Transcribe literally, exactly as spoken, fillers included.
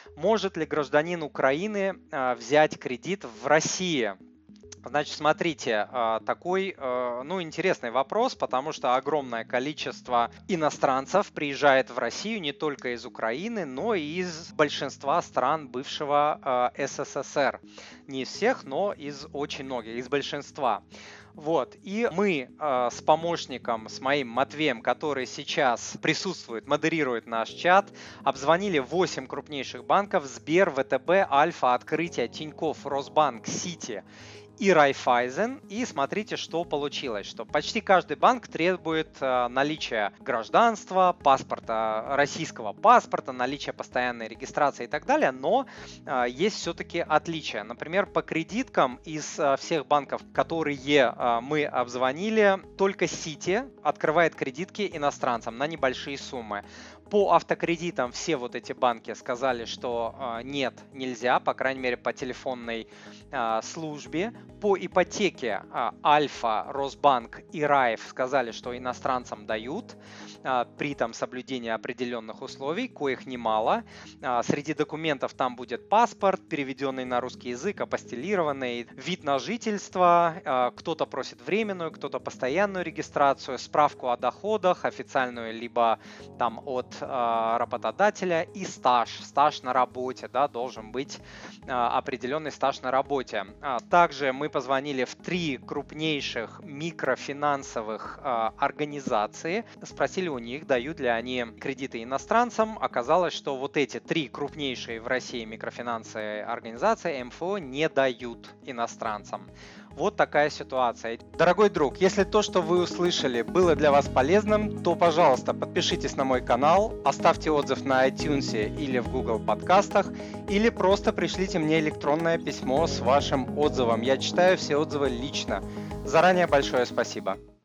Может ли гражданин Украины а, взять кредит в России? Значит, смотрите, а, такой, э, ну, интересный вопрос, потому что огромное количество иностранцев приезжает в Россию не только из Украины, но и из большинства стран бывшего а, эс эс эс эр. Не из всех, но из очень многих, из большинства. Вот, и мы э, с помощником, с моим Матвеем, который сейчас присутствует, модерирует наш чат, обзвонили восемь крупнейших банков: Сбер, вэ тэ бэ, Альфа, Открытие, Тинькофф, Росбанк, Сити и Райфайзен. И смотрите, что получилось, что почти каждый банк требует э, наличия гражданства, паспорта, российского паспорта, наличия постоянной регистрации и так далее, но э, есть все-таки отличия. Например, по кредиткам из э, всех банков, которые э, мы обзвонили, только Сити открывает кредитки иностранцам на небольшие суммы. По автокредитам все вот эти банки сказали, что э, нет, нельзя, по крайней мере, по телефонной э, службе. По ипотеке э, Альфа, Росбанк и Раев сказали, что иностранцам дают э, при там соблюдении определенных условий, коих немало. Э, среди документов там будет паспорт, переведенный на русский язык, апостилированный, вид на жительство, э, кто-то просит временную, кто-то постоянную регистрацию, справку о доходах, официальную либо там от работодателя, и стаж, стаж на работе, да, должен быть а, определенный стаж на работе. А, также мы позвонили в три крупнейших микрофинансовых а, организации, спросили у них, дают ли они кредиты иностранцам. Оказалось, что вот эти три крупнейшие в России микрофинансовые организации эм эф о не дают иностранцам. Вот такая ситуация. Дорогой друг, если то, что вы услышали, было для вас полезным, то, пожалуйста, подпишитесь на мой канал, оставьте отзыв на iTunes или в Google подкастах, или просто пришлите мне электронное письмо с вашим отзывом. Я читаю все отзывы лично. Заранее большое спасибо.